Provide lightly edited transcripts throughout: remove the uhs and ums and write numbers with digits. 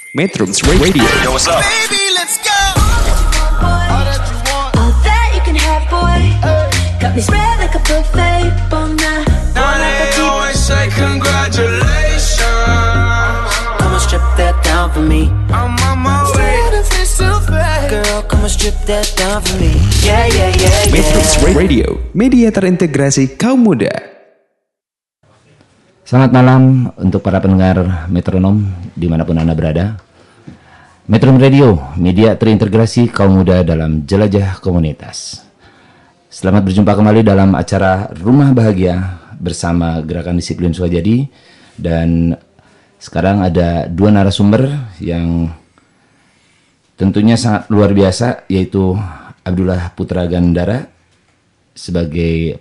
Metrums Radio. Yo, what's up? Baby, let's go. All that you want, all that you can have, boy. Got me spread like a buffet, bon nah. Now they always say congratulations. Come and strip that down for me. I'm on my way. Girl, come and strip that down for me. Yeah, yeah, yeah, Metrums yeah. Radio, media terintegrasi kaum muda. Selamat malam untuk para pendengar Metronom dimanapun Anda berada. Metrum Radio, media terintegrasi kaum muda dalam jelajah komunitas. Selamat berjumpa kembali dalam acara Rumah Bahagia bersama Gerakan Disiplin Swajadi. Dan sekarang ada dua narasumber yang tentunya sangat luar biasa, yaitu Abdullah Putra Gandara sebagai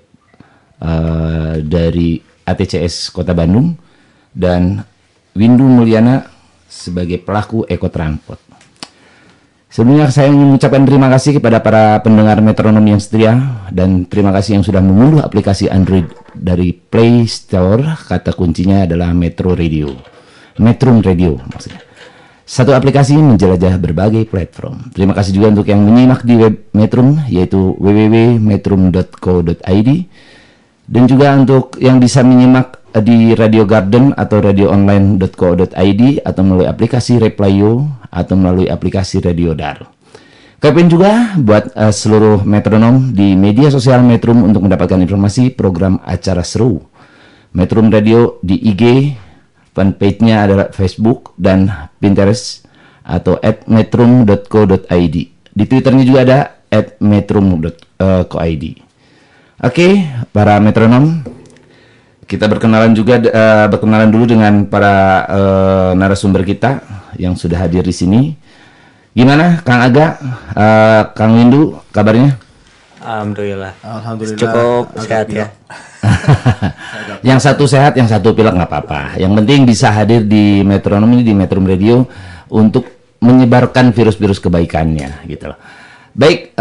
dari ATCS Kota Bandung dan Windu Mulyana sebagai pelaku Ekotransport. Sebelumnya saya ingin mengucapkan terima kasih kepada para pendengar Metronom yang setia dan terima kasih yang sudah mengunduh aplikasi Android dari Play Store. Kata kuncinya adalah Metro Radio, Metrum Radio maksudnya. Satu aplikasi menjelajah berbagai platform. Terima kasih juga untuk yang menyimak di web Metrum yaitu www.metrum.co.id. Dan juga untuk yang bisa menyimak di Radio Garden atau radioonline.co.id atau melalui aplikasi Replayo atau melalui aplikasi Radio Dar. Kepin juga buat seluruh metronom di media sosial Metrum untuk mendapatkan informasi program acara seru. Metrum Radio di IG, fanpage-nya adalah Facebook dan Pinterest atau @metrum.co.id. Di Twitternya juga ada @metrum.co.id. Oke, para metronom, kita berkenalan dulu dengan para narasumber kita yang sudah hadir di sini. Gimana, Kang Aga, Kang Windu, kabarnya? Alhamdulillah. Cukup sehat ya. Yang satu sehat, yang satu pilek nggak apa-apa. Yang penting bisa hadir di metronom ini, di Metrum Radio untuk menyebarkan virus-virus kebaikannya, gitu loh. Baik.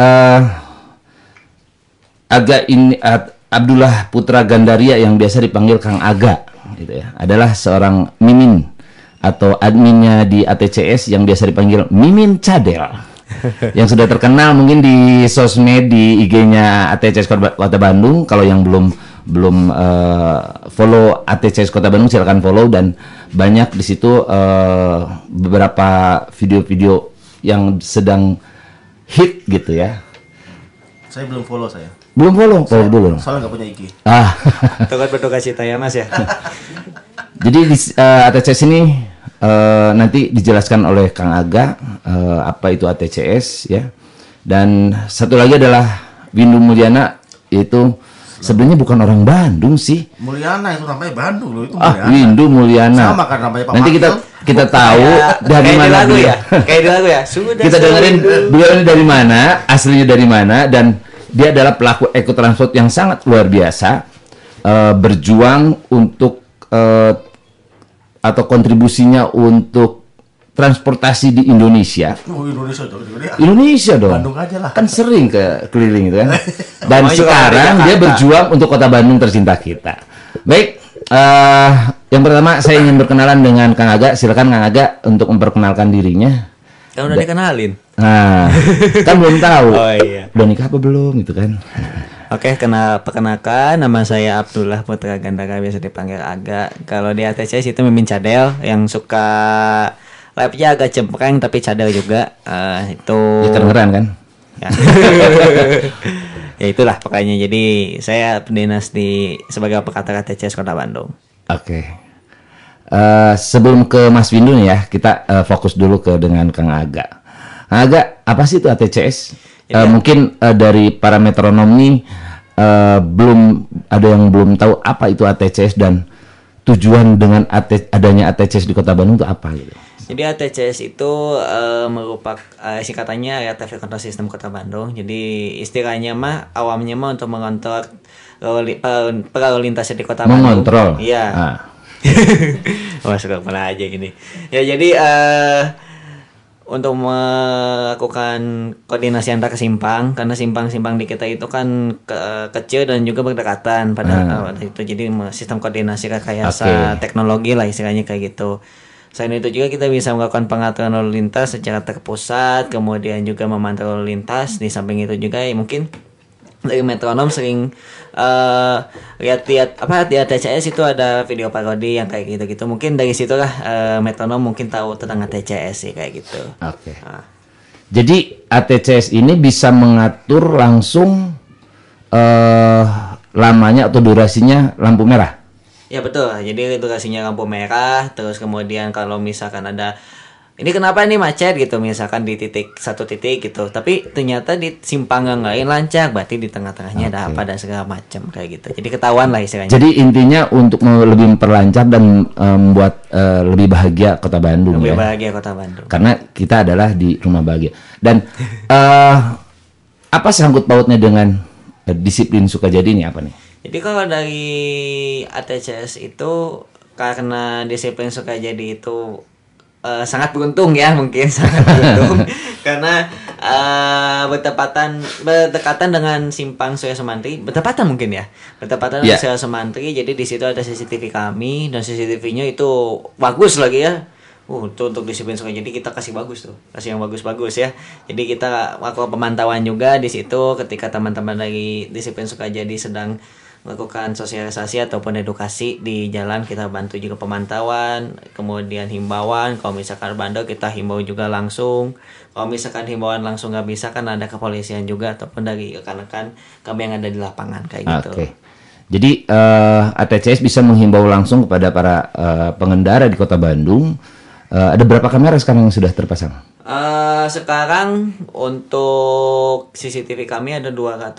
Abdullah Putra Gandaria yang biasa dipanggil Kang Aga gitu ya, adalah seorang mimin atau adminnya di ATCS yang biasa dipanggil Mimin Cadel yang sudah terkenal mungkin di sosmed, di IG-nya ATCS Kota Bandung. Kalau yang belum follow ATCS Kota Bandung silakan follow, dan banyak di situ beberapa video-video yang sedang hit gitu ya. Saya belum follow saya. Belum follow dulu. Soalnya nggak punya IG. Tukar berduka cita ya Mas ya. Jadi di ATCS ini nanti dijelaskan oleh Kang Aga apa itu ATCS ya. Dan satu lagi adalah Windu Mulyana, yaitu sebenarnya bukan orang Bandung sih. Mulyana itu namanya Bandung loh, itu Mulyana. Windu Mulyana. Sama kan namanya Pak Nanti kita tahu dari mana lagu beliau. ya. Kayak di lagu ya. Sudah Kita dengerin beliau ini dari mana, aslinya dari mana, dan dia adalah pelaku ekotransport yang sangat luar biasa, berjuang untuk atau kontribusinya untuk transportasi di Indonesia. Oh, Indonesia dong. Bandung aja lah. Kan sering ke keliling itu kan. Dan sekarang dia berjuang untuk kota Bandung tercinta kita. Baik, yang pertama saya ingin berkenalan dengan Kang Aga. Silakan Kang Aga untuk memperkenalkan dirinya. Kan udah dikenalin. Nah, kan belum tahu. Oh iya. Udah nikah apa belum gitu kan? Oke, perkenalkan, nama saya Abdullah Putra Gandara, biasa dipanggil Aga. Kalau di ATCS itu Mimin Cadel yang suka live-nya agak cempreng tapi cadel juga. Itu Ya kedengeran kan? Ya. Ya itulah pokoknya. Jadi saya pendinas sebagai operator ATCS Kota Bandung. Oke. Sebelum ke Mas Windu nih ya, kita fokus dulu dengan Kang Aga. Kang Aga, apa sih itu ATCS? Mungkin dari para metronom nih belum ada yang belum tahu apa itu ATCS dan tujuan dengan adanya ATCS di Kota Bandung itu apa gitu. Jadi ATCS itu merupakan singkatannya Area Traffic Control System Kota Bandung. Jadi istilahnya awamnya untuk mengontrol lalu lintas di Kota Bandung. Mengontrol. Iya. Wah, suka pernah aja gini. Ya jadi untuk melakukan koordinasi antar simpang, karena simpang-simpang di kita itu kan kecil dan juga berdekatan pada itu. Jadi sistem koordinasi rekayasa teknologi lah istilahnya kayak gitu. Selain itu juga kita bisa melakukan pengaturan lalu lintas secara terpusat, kemudian juga memantau lalu lintas. Di samping itu juga ya mungkin dari metronom sering lihat-lihat apa di ATCS itu ada video parodi yang kayak gitu-gitu. Mungkin dari situlah metronom mungkin tahu tentang ATCS sih kayak gitu. Oke. Jadi ATCS ini bisa mengatur langsung lamanya atau durasinya lampu merah. Ya betul. Jadi durasinya lampu merah, terus kemudian kalau misalkan ada ini kenapa nih macet gitu, misalkan di satu titik gitu, tapi ternyata di simpang yang lain lancar, berarti di tengah-tengahnya ada apa dan segala macam kayak gitu. Jadi ketahuan lah istilahnya. Jadi intinya untuk lebih memperlancar dan membuat lebih bahagia Kota Bandung. Lebih ya. bahagia Kota Bandung. Karena kita adalah di rumah bahagia. Dan apa sangkut pautnya dengan disiplin Sukajadi ini apa nih? Jadi kalau dari ATCS itu karena disiplin Sukajadi itu sangat beruntung ya, mungkin sangat beruntung karena berdekatan dengan simpang Surya Semantri, bertepatan dengan Surya Semantri. Jadi di situ ada CCTV kami dan CCTV-nya itu bagus lagi ya. Itu untuk disiplin Sukajadi kita kasih yang bagus-bagus ya. Jadi kita melakukan pemantauan juga di situ ketika teman-teman dari disiplin Sukajadi sedang melakukan sosialisasi ataupun edukasi di jalan, kita bantu juga pemantauan, kemudian himbauan. Kalau misalkan bandel kita himbau juga langsung. Kalau misalkan himbauan langsung nggak bisa kan ada kepolisian juga ataupun dari rekan-rekan kami yang ada di lapangan kayak gitu. Oke. Jadi ATCS bisa menghimbau langsung kepada para pengendara di Kota Bandung. Ada berapa kamera sekarang yang sudah terpasang? Sekarang untuk CCTV kami ada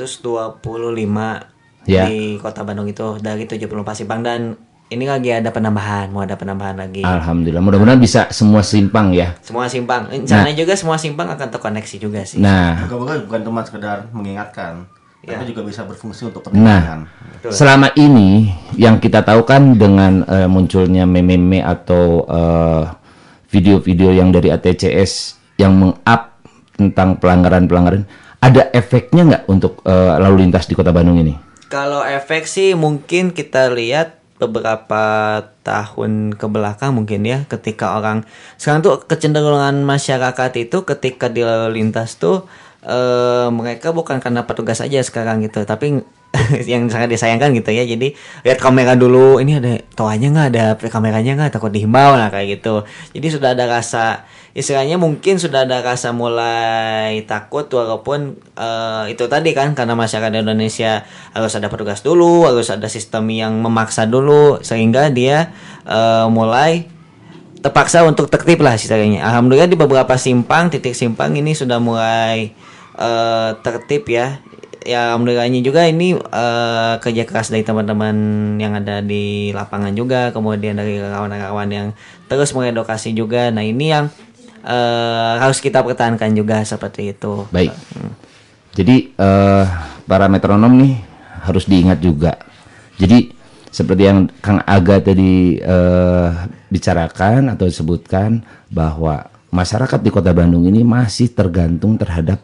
225 di Kota Bandung itu dari 74 simpang, dan ini lagi ada penambahan, mau ada penambahan lagi. Alhamdulillah, mudah-mudahan bisa semua simpang ya. Semua simpang, rencananya juga semua simpang akan terkoneksi juga sih. Nah, Moga-moga bukan cuma sekedar mengingatkan, Ya. tapi juga bisa berfungsi untuk penindakan. Betul. selama ini yang kita tahu kan dengan munculnya meme-meme atau video-video yang dari ATCS yang meng-up tentang pelanggaran-pelanggaran, ada efeknya nggak untuk lalu lintas di Kota Bandung ini? Kalau efek sih mungkin kita lihat beberapa tahun ke belakang mungkin ya, ketika orang sekarang tuh kecenderungan masyarakat itu ketika di lalu lintas tuh mereka bukan karena petugas aja sekarang gitu, tapi yang sangat disayangkan gitu ya. Jadi lihat kamera dulu, ini ada toanya nggak, ada kameranya nggak, takut dihimbau lah kayak gitu. Jadi sudah ada rasa, istilahnya mungkin sudah ada rasa mulai takut, walaupun itu tadi kan karena masyarakat Indonesia harus ada petugas dulu, harus ada sistem yang memaksa dulu, sehingga dia mulai terpaksa untuk tertib lah istilahnya. Alhamdulillah di beberapa titik simpang ini sudah mulai tertib ya. Ya alhamdulillahnya juga ini kerja keras dari teman-teman yang ada di lapangan juga, kemudian dari kawan-kawan yang terus mengedukasi juga. Nah ini yang harus kita pertahankan juga seperti itu. Baik. Jadi para metronom nih harus diingat juga. Jadi seperti yang Kang Aga tadi bicarakan atau sebutkan, bahwa masyarakat di Kota Bandung ini masih tergantung terhadap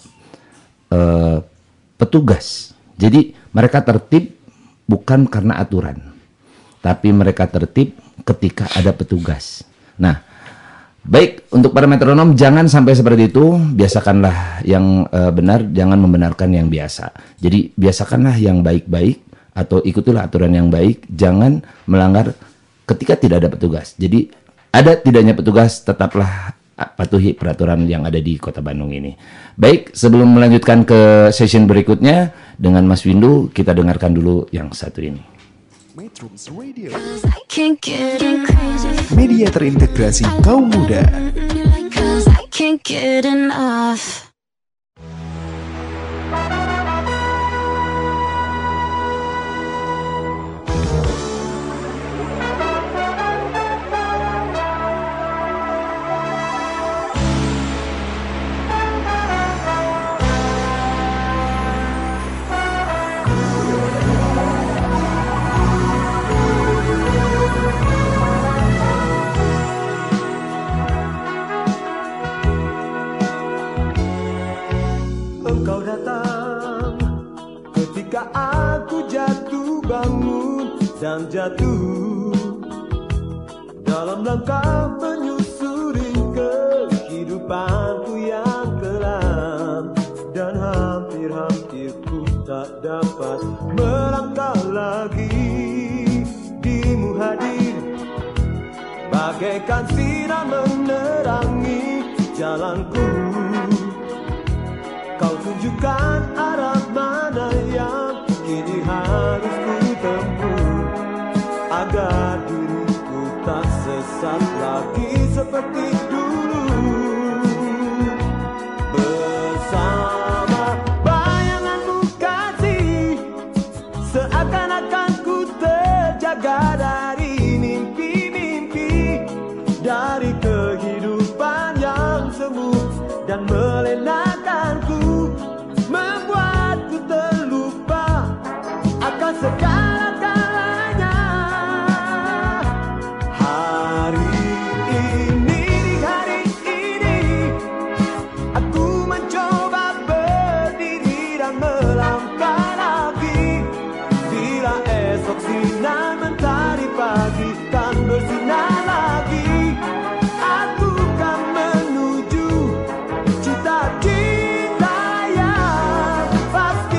petugas. Jadi mereka tertib bukan karena aturan, tapi mereka tertib ketika ada petugas. Nah, baik, untuk para metronom jangan sampai seperti itu. Biasakanlah yang benar, jangan membenarkan yang biasa. Jadi biasakanlah yang baik-baik atau ikutilah aturan yang baik. Jangan melanggar ketika tidak ada petugas. Jadi ada tidaknya petugas, tetaplah patuhi peraturan yang ada di Kota Bandung ini. Baik, sebelum melanjutkan ke session berikutnya dengan Mas Windu, kita dengarkan dulu yang satu ini. Metrums Radio, I can't get enough. media terintegrasi kaum muda. 'Cause I can't get enough. Engkau datang ketika aku jatuh bangun dan jatuh dalam langkah menyusul. bagaikan sinar menerangi jalanku. Kau tunjukkan arah mana yang kini harus ku tempuh, agar diriku tak sesat lagi seperti dulu. Bersama bayanganmu kasih, seakan-akan ku terjaga dari mimpi-mimpi, dari kehidupan yang semu dan melenakanku, membuatku terlupa akan segala-galanya. Hari ini, di hari ini, aku mencoba berdiri dan melangkah lagi. Bila esok sinar mentari pagi kan bersinar lagi, aku kan menuju cita-cita yang pasti.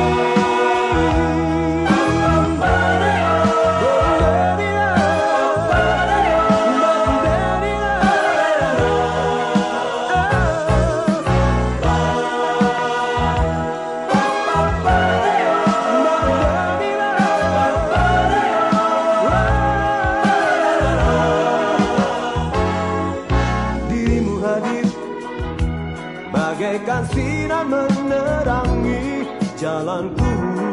Dirimu hadir bagaikan sinar menerangi jalanku.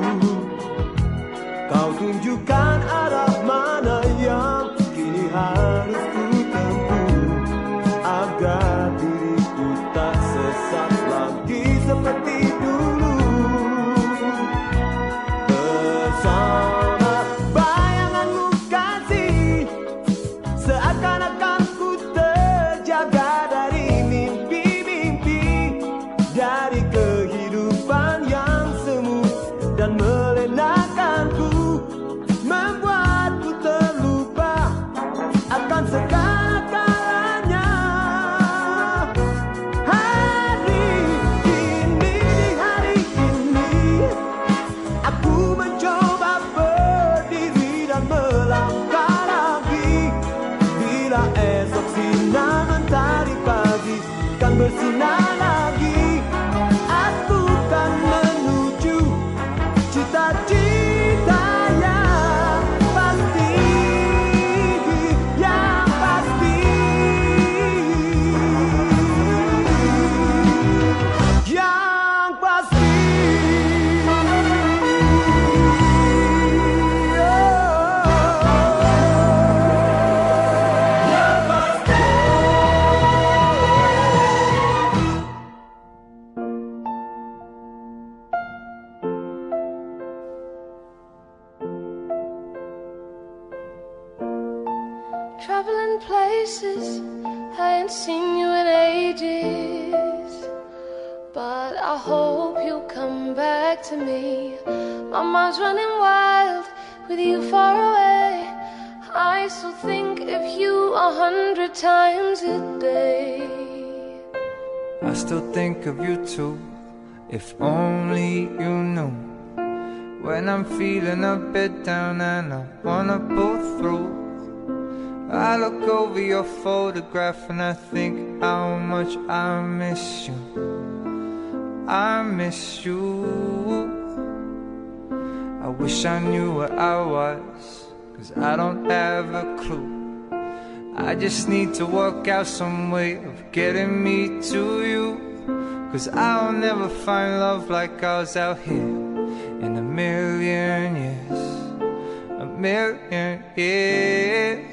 Kau tunjukkan arah mana yang kini harus ku tempuh, agar diriku tak sesat lagi seperti dulu. Bersama bayanganmu kasih, seakan-akan ku terjaga dari mimpi-mimpi, dari kehidupan yang semu dan melenakanku, membuatku terlupa akan segala-galanya. Hari ini, di hari ini, aku mencoba berdiri dan melangkah lagi. Bila esok sinar mentari pagi kan bersinar lagi, aku kan menuju cita-cita yang pasti, yang pasti, yang pasti. Traveling places I ain't seen you in ages, but I hope you'll come back to me. My mind's running wild with you far away. I still think of you 100 times a day. I still think of you too. If only you knew. When I'm feeling a bit down and I wanna pull through, I look over your photograph and I think how much I miss you. I miss you. I wish I knew where I was, 'cause I don't have a clue. I just need to work out some way of getting me to you, 'cause I'll never find love like ours out here in a million years. A million years.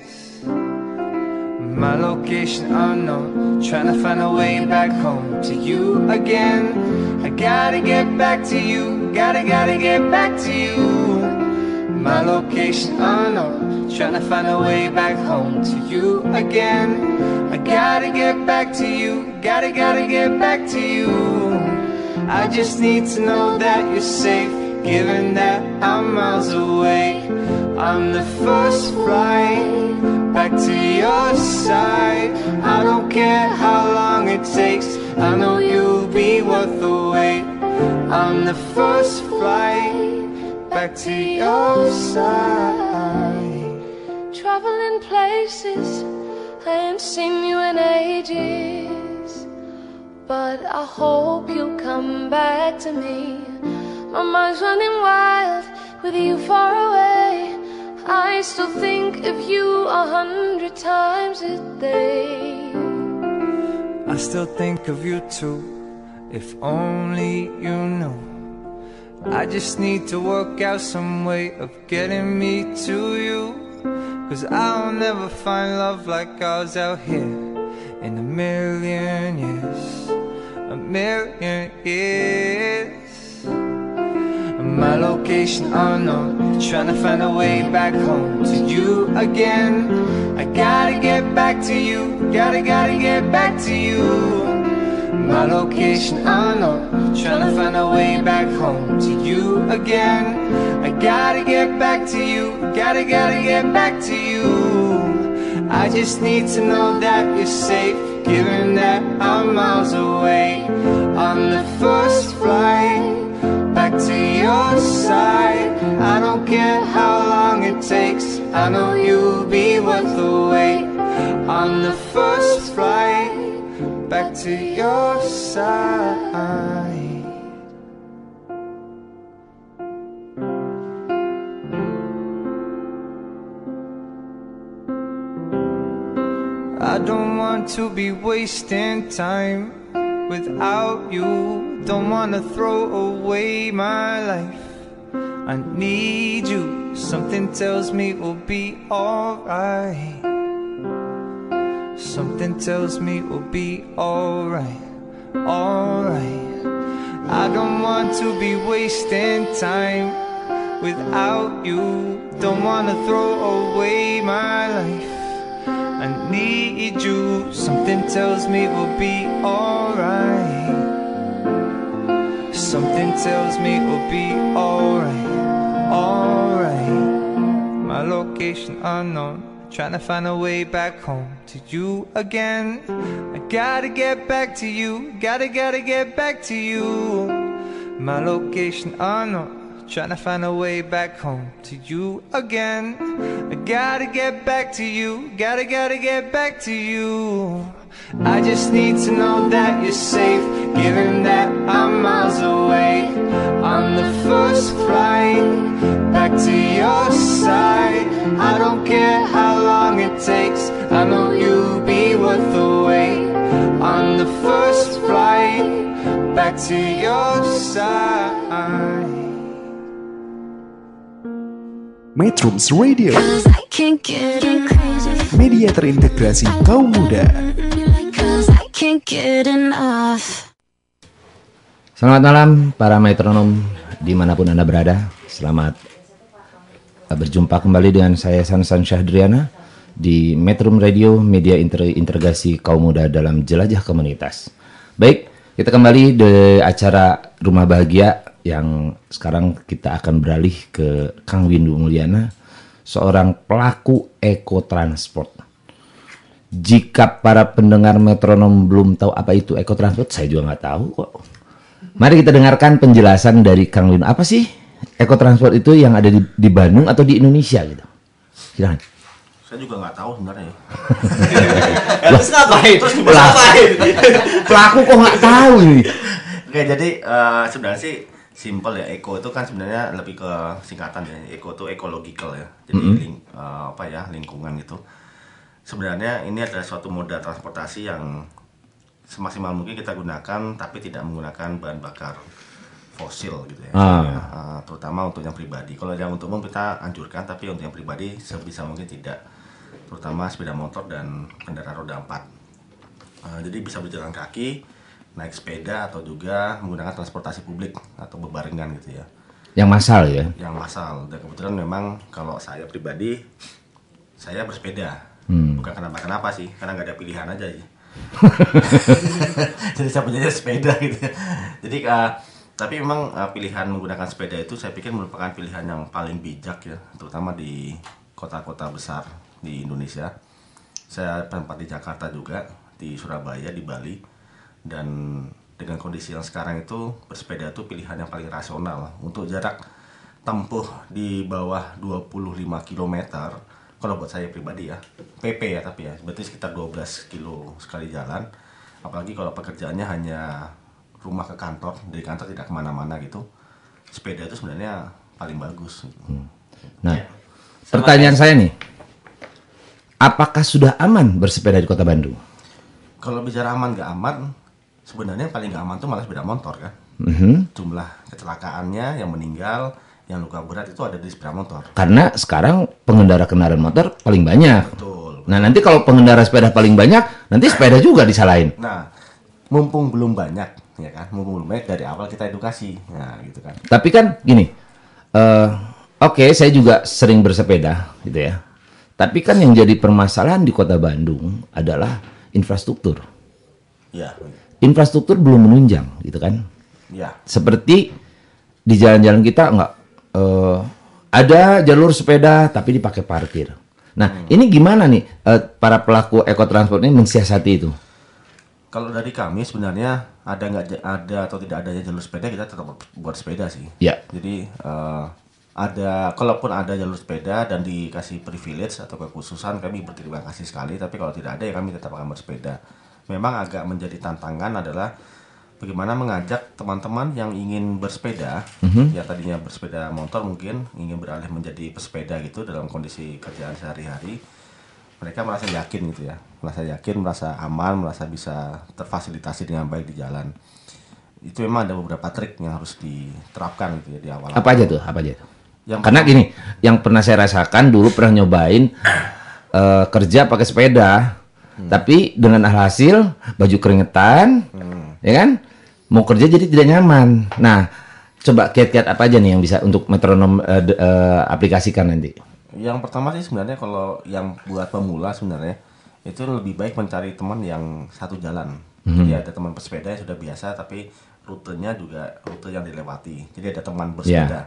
My location unknown, trying to find a way back home to you again. I gotta get back to you, gotta get back to you. My location unknown, trying to find a way back home to you again. I gotta get back to you, gotta get back to you. I just need to know that you're safe, given that I'm miles away. I'm the first flight back to your side. I don't care how long it takes, I know you'll be worth the wait. I'm the first flight back to your side. Traveling places I ain't seen you in ages, but I hope you'll come back to me. My mind's running wild with you far away. I still think of you 100 times a day. I still think of you too, if only you knew. I just need to work out some way of getting me to you, 'cause I'll never find love like ours out here in a million years, a million years. My location unknown, trying to find a way back home to you again. I gotta get back to you, gotta get back to you. My location unknown, trying to find a way back home to you again. I gotta get back to you, gotta get back to you. I just need to know that you're safe, given that I'm miles away. On the first flight back to your side, I don't care how long it takes, I know you'll be worth the wait. On the first flight back to your side. I don't want to be wasting time without you. Don't wanna throw away my life. I need you. Something tells me we'll be alright. Something tells me we'll be alright, alright. I don't want to be wasting time without you. Don't wanna throw away my life. I need you. Something tells me we'll be alright. Something tells me we'll be alright, alright. My location unknown, trying to find a way back home to you again. I gotta get back to you, gotta get back to you. My location unknown, trying to find a way back home to you again. I gotta get back to you, gotta get back to you. I just need to know that you're safe, given that I'm miles away. On the first flight back to your side, I don't care how long it takes, I know you'll be worth the wait. On the first flight back to your side. Metrums Radio, media terintegrasi kaum muda. Selamat malam para metronom dimanapun Anda berada. Selamat berjumpa kembali dengan saya Sansan Syahriana di Metrum Radio, media integrasi kaum muda dalam jelajah komunitas. Baik, kita kembali di acara Rumah Bahagia yang sekarang kita akan beralih ke Kang Windu Mulyana, seorang pelaku ekotransport. Jika para pendengar metronom belum tahu apa itu ekotransport, saya juga nggak tahu kok. Mari kita dengarkan penjelasan dari Kang Windu. Apa sih ekotransport itu yang ada di Bandung atau di Indonesia gitu? Silakan. Saya juga nggak tahu sebenarnya. Terus ngapain? Terus ngapain? Pelaku kok nggak tahu ini? Oke, jadi sebenarnya sih simple ya. Eko itu kan sebenarnya lebih ke singkatan ya. Eko itu ecological ya. Jadi lingkungan gitu. Sebenarnya ini adalah suatu moda transportasi yang semaksimal mungkin kita gunakan, tapi tidak menggunakan bahan bakar fosil gitu ya. Terutama untuk yang pribadi. Kalau yang untuk umum kita anjurkan, tapi untuk yang pribadi sebisa mungkin tidak. Terutama sepeda motor dan kendaraan roda 4. Jadi bisa berjalan kaki, naik sepeda, atau juga menggunakan transportasi publik atau bebarengan gitu ya. Yang massal ya? Yang massal. Dan kebetulan memang kalau saya pribadi, saya bersepeda. Bukan kenapa sih, karena nggak ada pilihan aja ya. Jadi saya punya sepeda gitu ya. Jadi tapi memang pilihan menggunakan sepeda itu saya pikir merupakan pilihan yang paling bijak ya, terutama di kota-kota besar di Indonesia. Saya tempat di Jakarta juga, di Surabaya, di Bali, dan dengan kondisi yang sekarang itu bersepeda itu pilihan yang paling rasional untuk jarak tempuh di bawah 25 km. kalau buat saya pribadi ya, PP ya tapi ya, berarti sekitar 12 kilo sekali jalan. Apalagi kalau pekerjaannya hanya rumah ke kantor, dari kantor tidak kemana-mana gitu, sepeda itu sebenarnya paling bagus. Nah, pertanyaan saya nih, apakah sudah aman bersepeda di Kota Bandung? Kalau bicara aman gak aman, sebenarnya yang paling gak aman tuh malah sepeda motor kan. Jumlah kecelakaannya, yang meninggal, yang luka berat itu ada di sepeda motor. Karena sekarang pengendara kendaraan motor paling banyak. Betul. Nah, nanti kalau pengendara sepeda paling banyak, nanti sepeda juga disalahin. Nah, mumpung belum banyak, ya kan? Mumpung belum banyak, dari awal kita edukasi, nah gitu kan. Tapi kan gini, oke, saya juga sering bersepeda, gitu ya. Tapi kan yang jadi permasalahan di Kota Bandung adalah infrastruktur. Ya, Infrastruktur belum menunjang, gitu kan. ya. Seperti di jalan-jalan kita nggak ada jalur sepeda tapi dipakai parkir. Nah, ini gimana nih para pelaku ekotransport ini mensiasati itu? Kalau dari kami sebenarnya ada atau tidak adanya jalur sepeda, kita tetap buat sepeda sih. Ya. Jadi kalaupun ada jalur sepeda dan dikasih privilege atau kekhususan, kami berterima kasih sekali. Tapi kalau tidak ada ya kami tetap akan bersepeda. Memang agak menjadi tantangan adalah bagaimana mengajak teman-teman yang ingin bersepeda, yang tadinya bersepeda motor mungkin ingin beralih menjadi pesepeda gitu dalam kondisi kerjaan sehari-hari. Mereka merasa yakin gitu ya, merasa aman, merasa bisa terfasilitasi dengan baik di jalan. Itu memang ada beberapa trik yang harus diterapkan gitu ya di awal. Apa aja tuh? Apa aja tuh? Yang Karena gini, yang pernah saya rasakan dulu pernah nyobain kerja pakai sepeda, tapi dengan alhasil baju keringetan, ya kan? Mau kerja jadi tidak nyaman. Nah, coba kiat-kiat apa aja nih yang bisa untuk metronom aplikasikan nanti? Yang pertama sih sebenarnya kalau yang buat pemula sebenarnya itu lebih baik mencari teman yang satu jalan. Jadi ada teman bersepeda yang sudah biasa tapi rutenya juga rute yang dilewati. Jadi ada teman bersepeda.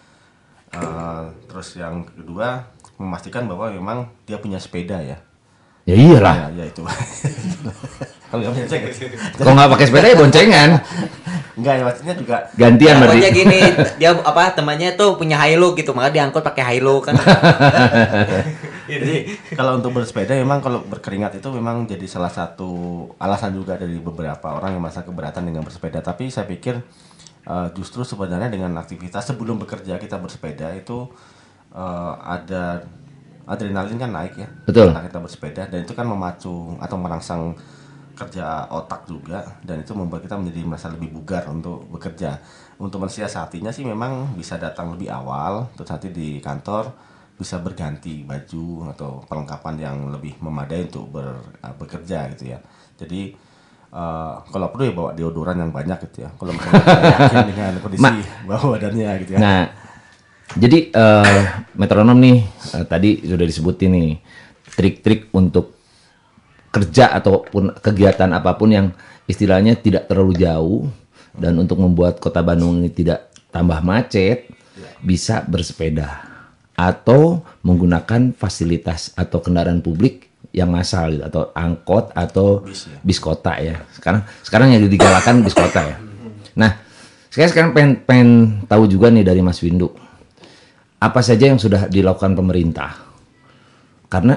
Terus yang kedua memastikan bahwa memang dia punya sepeda ya. Ya iyalah. Ya itu. Kalau nggak punya sepeda, Kalau nggak pakai sepeda ya boncengan. enggak ya maksudnya juga Gantian berarti. Pokoknya gini, dia temannya tuh punya Hilux gitu, maka diangkut pakai Hilux kan. Jadi kalau untuk bersepeda memang kalau berkeringat itu memang jadi salah satu alasan juga dari beberapa orang yang merasa keberatan dengan bersepeda. Tapi saya pikir justru sebenarnya dengan aktivitas sebelum bekerja kita bersepeda itu ada adrenalin kan naik ya. Betul. Karena kita bersepeda dan itu kan memacu atau merangsang kerja otak juga dan itu membuat kita menjadi merasa lebih bugar untuk bekerja. Untuk mensiasatinya sih memang bisa datang lebih awal, terus nanti di kantor bisa berganti baju atau perlengkapan yang lebih memadai untuk bekerja gitu ya. Jadi kalau perlu ya bawa deodoran yang banyak gitu ya. Kalau misalnya yakin dengan kondisi bawah badannya gitu ya. Nah, jadi metronom nih tadi sudah disebutin nih trik-trik untuk kerja ataupun kegiatan apapun yang istilahnya tidak terlalu jauh dan untuk membuat Kota Bandung ini tidak tambah macet, bisa bersepeda atau menggunakan fasilitas atau kendaraan publik yang massal gitu, atau angkot atau bis kota ya. Sekarang yang digalakan bis kota ya. Nah, saya sekarang pengen tahu juga nih dari Mas Windu, apa saja yang sudah dilakukan pemerintah? Karena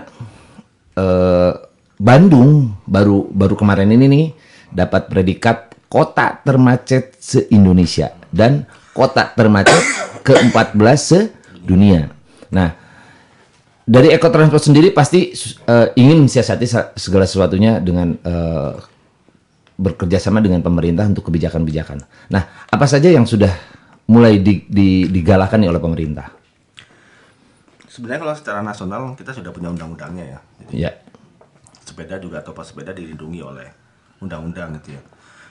Bandung baru kemarin ini nih dapat predikat kota termacet se-Indonesia dan kota termacet ke-14 se-dunia. Nah, dari ekotransport sendiri pasti ingin mensiasati segala sesuatunya dengan bekerja sama dengan pemerintah untuk kebijakan-kebijakan. Nah, apa saja yang sudah mulai digalakan oleh pemerintah? Sebenarnya kalau secara nasional kita sudah punya undang-undangnya ya. Jadi Ya. sepeda juga atau pesepeda dilindungi oleh undang-undang gitu ya.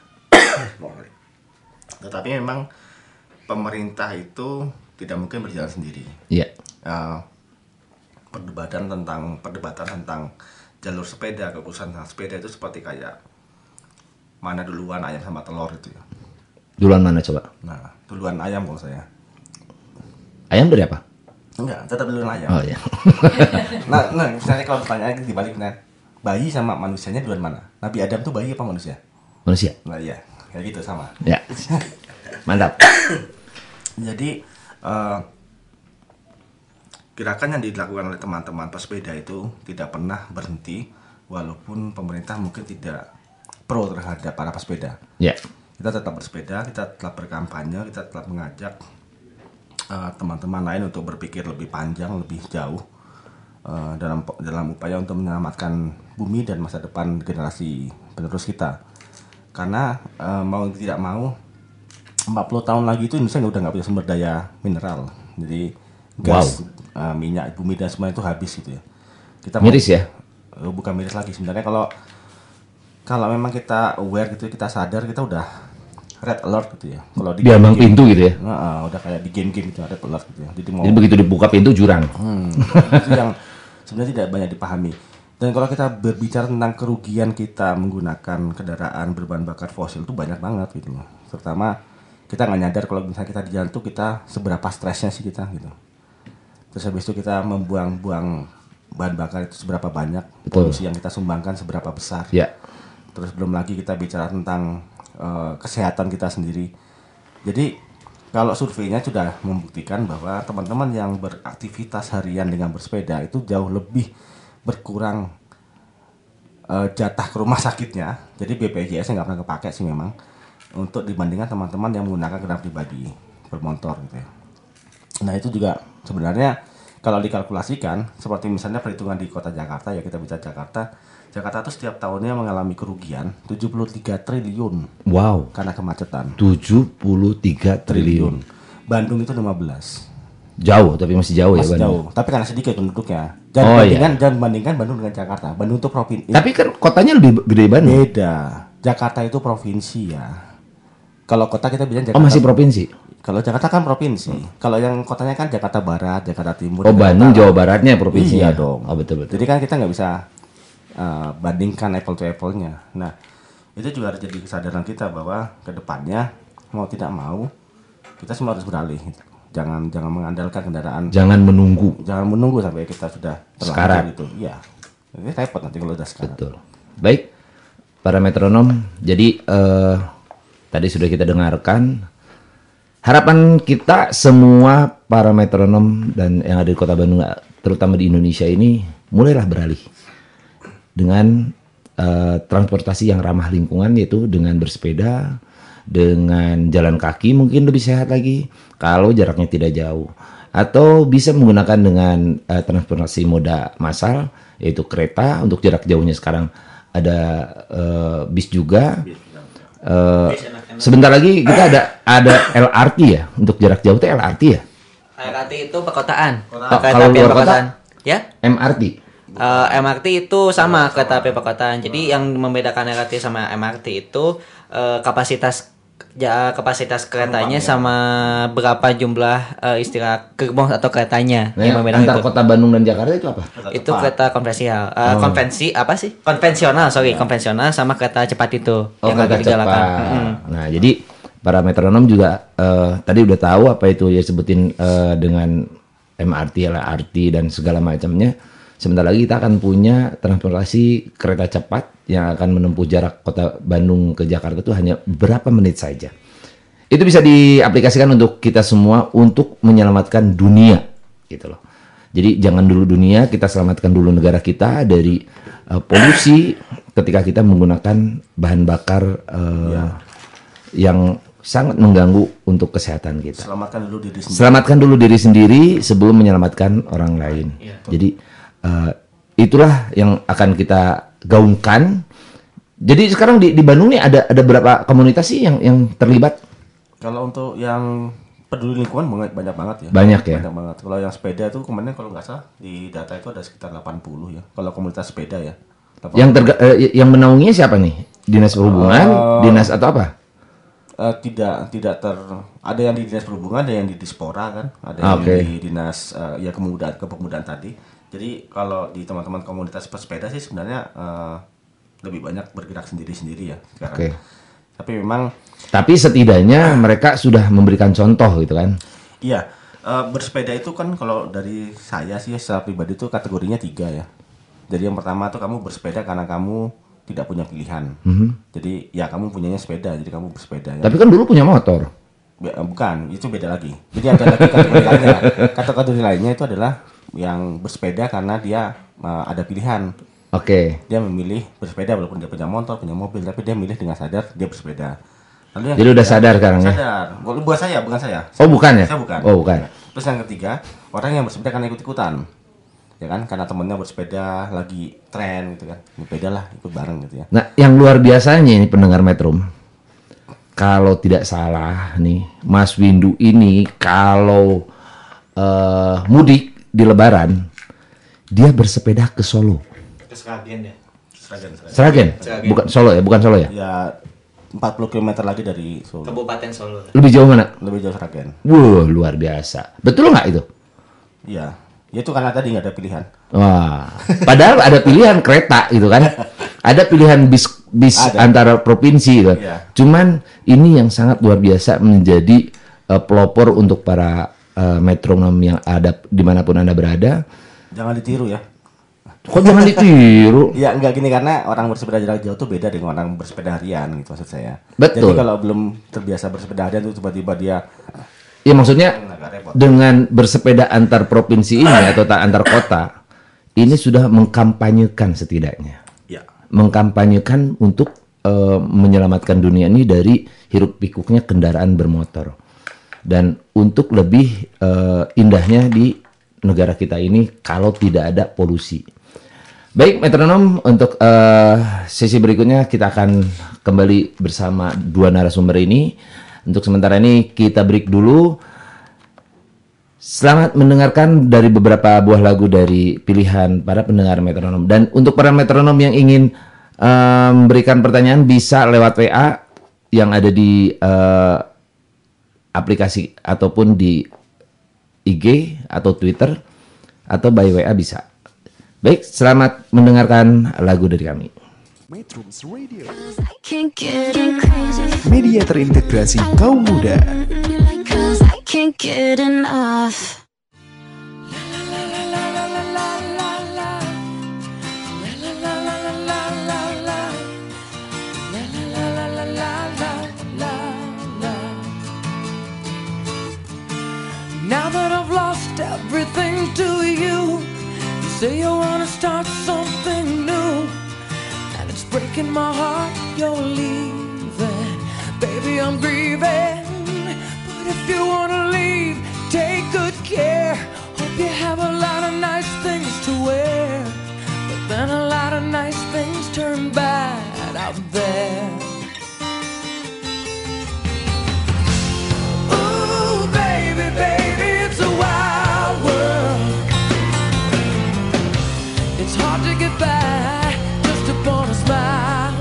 Tetapi memang pemerintah itu tidak mungkin berjalan sendiri. Iya. Perdebatan tentang jalur sepeda, kekhususan sepeda itu seperti kayak mana duluan ayam sama telur itu ya. Duluan mana coba? Nah, duluan ayam kalau saya. Ayam dari apa? Enggak, tetap duluan ayam. Oh iya. Nah, misalnya kalau pertanyaannya dibaliknya, bayi sama manusianya duluan mana? Nabi Adam tuh bayi apa manusia? Manusia. Nah iya, kayak gitu sama. Ya. Mantap. Jadi gerakan yang dilakukan oleh teman-teman pesepeda itu tidak pernah berhenti, walaupun pemerintah mungkin tidak pro terhadap para pesepeda. Ya. Kita tetap bersepeda, kita tetap berkampanye, kita tetap mengajak teman-teman lain untuk berpikir lebih panjang, lebih jauh dalam upaya untuk menyelamatkan bumi dan masa depan generasi penerus kita. Karena mau tidak mau 40 tahun lagi itu Indonesia udah nggak punya sumber daya mineral, jadi gas, minyak, bumi dan semua itu habis gitu ya. Kita Miris ya? Bukan miris lagi sebenarnya, kalau memang kita aware gitu, kita sadar, kita udah red alert gitu ya. Kalau di Diambang pintu gitu ya? udah kayak di game-game gitu, red alert gitu ya. Jadi begitu dibuka pintu jurang. Itu yang sebenarnya tidak banyak dipahami. Dan kalau kita berbicara tentang kerugian kita menggunakan kendaraan berbahan bakar fosil itu banyak banget gitu loh. Terutama kita nggak nyadar kalau misalnya kita di jalan tuh kita seberapa stresnya sih kita gitu. Terus habis itu kita membuang-buang bahan bakar itu seberapa banyak, polusi yang kita sumbangkan seberapa besar. Ya. Terus belum lagi kita bicara tentang kesehatan kita sendiri. Jadi kalau surveinya sudah membuktikan bahwa teman-teman yang beraktivitas harian dengan bersepeda itu jauh lebih berkurang jatah ke rumah sakitnya. Jadi BPJS-nya nggak pernah kepake sih memang, untuk dibandingkan teman-teman yang menggunakan kendaraan pribadi bermotor gitu ya. Nah itu juga sebenarnya kalau dikalkulasikan, seperti misalnya perhitungan di kota Jakarta ya, kita bicara Jakarta tuh setiap tahunnya mengalami kerugian 73 triliun. Wow. Karena kemacetan. 73 triliun. Bandung itu 15. Jauh, tapi masih jauh ya Masih Bandung. jauh, tapi karena sedikit penduduknya. Jangan bandingkan Bandung dengan Jakarta. Bandung itu provinsi. Tapi kan kotanya lebih gede Bandung. Beda. Jakarta itu provinsi ya. Kalau kota kita bilang Jakarta. Oh masih provinsi? Kalau Jakarta kan provinsi. Kalau yang kotanya kan Jakarta Barat, Jakarta Timur. Oh Bandung Jawa Baratnya provinsi. Iya dong. Oh betul. Jadi kan kita nggak bisa bandingkan apple to apple-nya. Nah itu juga harus jadi kesadaran kita bahwa kedepannya mau tidak mau kita semua harus beralih. Jangan mengandalkan kendaraan. Jangan menunggu sampai kita sudah sekarat gitu. Iya. Jadi repot nanti kalau udah sekarat. Betul. Baik, para metronom. Jadi tadi sudah kita dengarkan. Harapan kita semua para metronom dan yang ada di Kota Bandung, terutama di Indonesia ini, mulailah beralih dengan transportasi yang ramah lingkungan, yaitu dengan bersepeda, dengan jalan kaki mungkin lebih sehat lagi kalau jaraknya tidak jauh, atau bisa menggunakan dengan transportasi moda massal, yaitu kereta. Untuk jarak jauhnya sekarang ada bis juga. Sebentar lagi kita ada LRT ya, untuk jarak jauh itu LRT ya. LRT itu perkotaan. Kalau luar kota ya? MRT. MRT itu sama kereta api perkotaan. Jadi yang membedakan LRT sama MRT itu kapasitas keretanya sama berapa jumlah istilah gerbong atau keretanya. Nah, yang membedakan antar itu. Kota Bandung dan Jakarta itu apa? Itu kereta konvensional. Konvensional sama kereta cepat itu yang kereta lagi digalakan. cepat. Nah, jadi para metronom juga tadi udah tahu apa itu ya, sebutin dengan MRT, LRT dan segala macamnya. Sebentar lagi kita akan punya transportasi kereta cepat yang akan menempuh jarak Kota Bandung ke Jakarta itu hanya beberapa menit saja. Itu bisa diaplikasikan untuk kita semua untuk menyelamatkan dunia, gitu loh. Jadi jangan dulu dunia, kita selamatkan dulu negara kita dari polusi ketika kita menggunakan bahan bakar yang sangat mengganggu untuk kesehatan kita. Selamatkan dulu diri sendiri sebelum menyelamatkan orang lain. Jadi itulah yang akan kita gaungkan. Jadi sekarang di Bandung nih ada berapa komunitas sih yang terlibat? Kalau untuk yang peduli lingkungan banyak banget ya. Banyak ya. Banyak banget. Kalau yang sepeda itu kemarin kalau nggak salah di data itu ada sekitar 80 ya. Kalau komunitas sepeda ya. Yang menaunginya siapa nih? Dinas Perhubungan, dinas atau apa? Tidak ada yang di Dinas Perhubungan, ada yang di Dispora kan, ada yang di Dinas kepemudaan tadi. Jadi kalau di teman-teman komunitas pesepeda sih sebenarnya lebih banyak bergerak sendiri-sendiri ya sekarang. Tapi setidaknya mereka sudah memberikan contoh gitu kan. Iya, bersepeda itu kan kalau dari saya sih secara pribadi itu kategorinya 3 ya. Jadi yang pertama tuh kamu bersepeda karena kamu tidak punya pilihan. Jadi ya kamu punyanya sepeda, jadi kamu bersepeda. Tapi kan dulu punya motor. Bukan, itu beda lagi. Jadi ada lagi kategori lainnya. Kategori lainnya itu adalah yang bersepeda karena dia ada pilihan. Oke. Dia memilih bersepeda walaupun dia punya motor, punya mobil, tapi dia milih dengan sadar dia bersepeda. Lalu yang Jadi udah sadar sekarang ya? Sadar. Bukan saya. Oh bukan ya? Saya bukan. Oh bukan. Terus yang ketiga, orang yang bersepeda karena ikut-ikutan. Ya kan, karena temennya bersepeda lagi tren gitu kan. Bersepeda lah, ikut bareng gitu ya. Nah, yang luar biasanya ini pendengar Metrum. Kalau tidak salah nih, Mas Windu ini kalau mudik di Lebaran, dia bersepeda ke Solo. Ke Sragen ya. Sragen? Bukan Solo ya? Bukan Solo ya? Ya 40 km lagi dari Solo. Kabupaten Solo. Lebih jauh mana? Lebih jauh Sragen. Wah, luar biasa. Betul nggak itu? Iya. Ya itu karena tadi nggak ada pilihan. Wah, padahal ada pilihan kereta gitu kan. Ada pilihan bis Ada. antara provinsi gitu. Iya. Cuman ini yang sangat luar biasa menjadi pelopor untuk para metronom yang ada dimanapun Anda berada. Jangan ditiru ya. Kok jangan ditiru? Ya enggak gini, karena orang bersepeda jarak jauh tuh beda dengan orang bersepeda harian gitu maksud saya. Betul. Jadi kalau belum terbiasa bersepeda harian tuh tiba-tiba dia Ya maksudnya agak repot. dengan bersepeda antar provinsi ini atau antar kota, ini sudah mengkampanyekan setidaknya. Ya. Mengkampanyekan untuk menyelamatkan dunia ini dari hiruk pikuknya kendaraan bermotor. Dan untuk lebih indahnya di negara kita ini kalau tidak ada polusi. Baik metronom, untuk sesi berikutnya kita akan kembali bersama dua narasumber ini. Untuk sementara ini kita break dulu. Selamat mendengarkan dari beberapa buah lagu dari pilihan para pendengar metronom. Dan untuk para metronom yang ingin memberikan pertanyaan bisa lewat WA yang ada di aplikasi ataupun di IG atau Twitter atau by WA bisa. Baik, selamat mendengarkan lagu dari kami. Metrums Radio, Can't get crazy. media terintegrasi kaum muda. Cause I can't get enough. Now that I've lost everything to you, you say you wanna start something new, and it's breaking my heart you're leaving. Baby, I'm grieving, but if you wanna leave, take good care. Hope you have a lot of nice things to wear, but then a lot of nice things turn bad out there. Ooh, baby, baby, it's a wild world. It's hard to get by just upon a smile.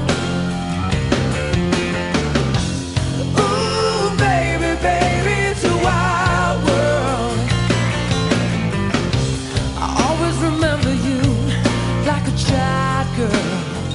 Ooh, baby, baby, it's a wild world. I always remember you like a child girl.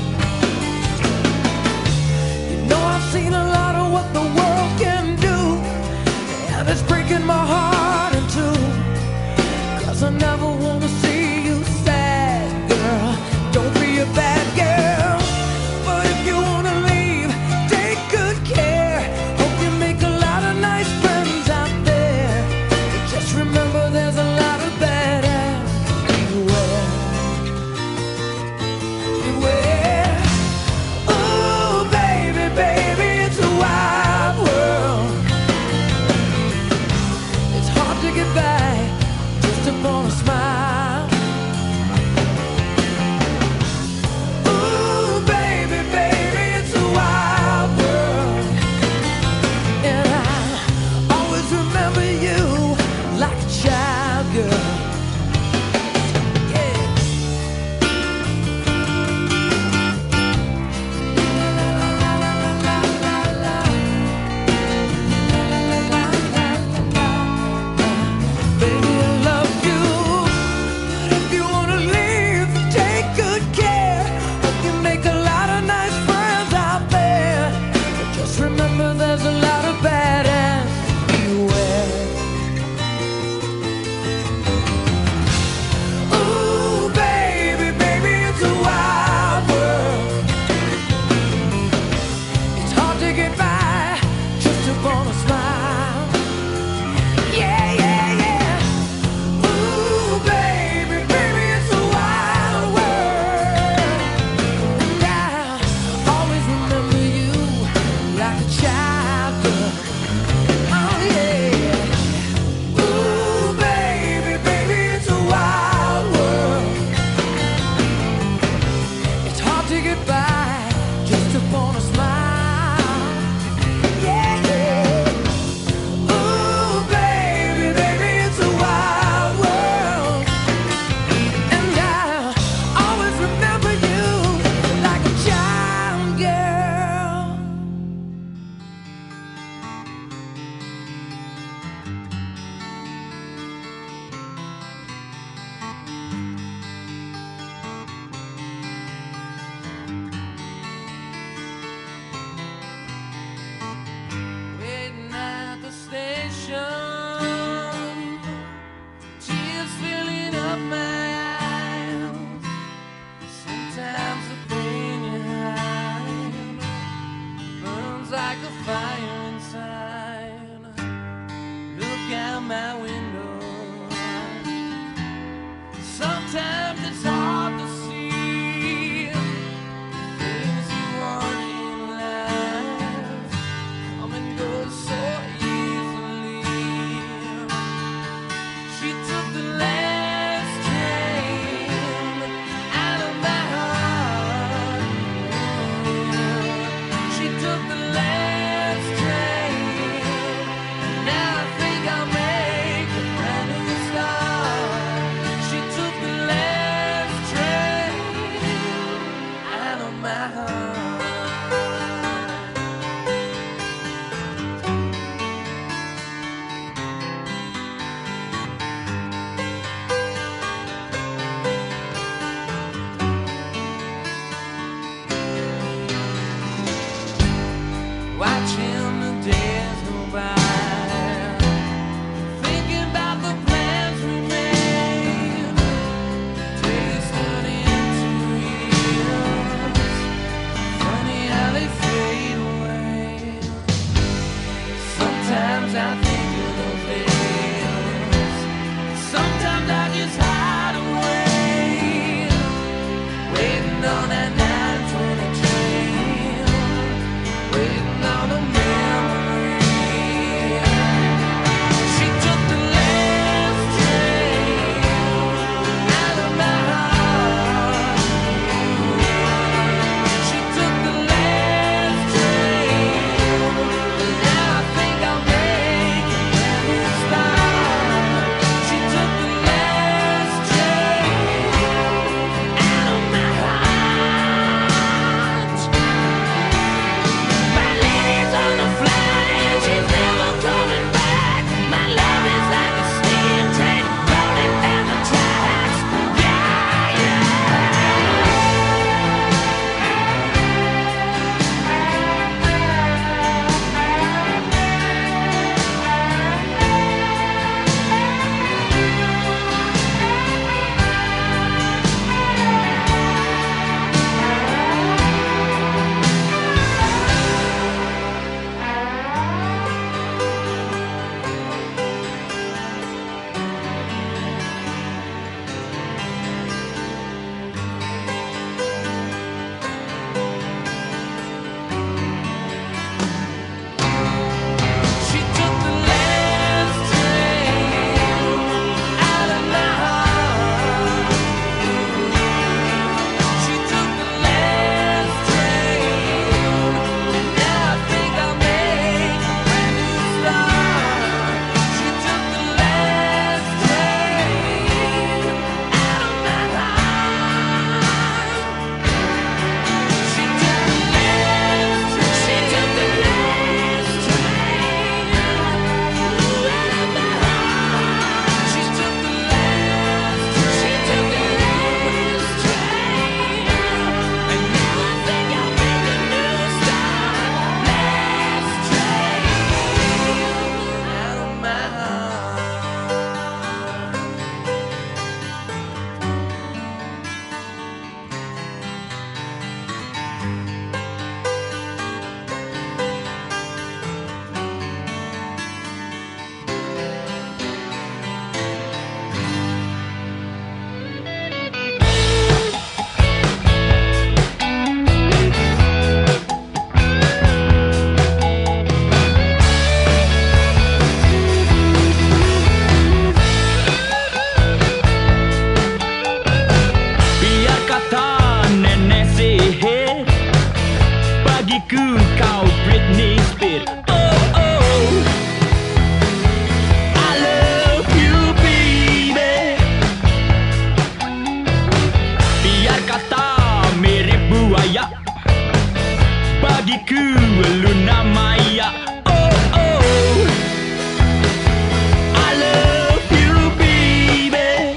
You know I've seen a lot of what the world can do, and it's breaking my heart in two, 'cause I never wanna see you sad, girl. Don't be a bad girl, but if you wanna leave, take good care. Hope you make a lot of nice friends out there, but just remember there's a lot of bad apples everywhere. Beware. Ooh, baby, baby, it's a wild world. It's hard to get by just upon a smile. gonna smile. Yeah. Ooh, baby, baby, it's a wild world. And I always remember you like a child girl. Waiting at the station, tears filling up my eyes. Sometimes the pain you hide burns like a fire inside. Look out my window. Sometimes it's hard to see things you want in life come and go so easily. She took the last train out of my heart. She took the last train. Now I think I'll make bagiku kau Britney Spears. Oh oh, I love you baby. Biar kata mirip buaya, bagiku Luna Maya. Oh oh, I love you baby.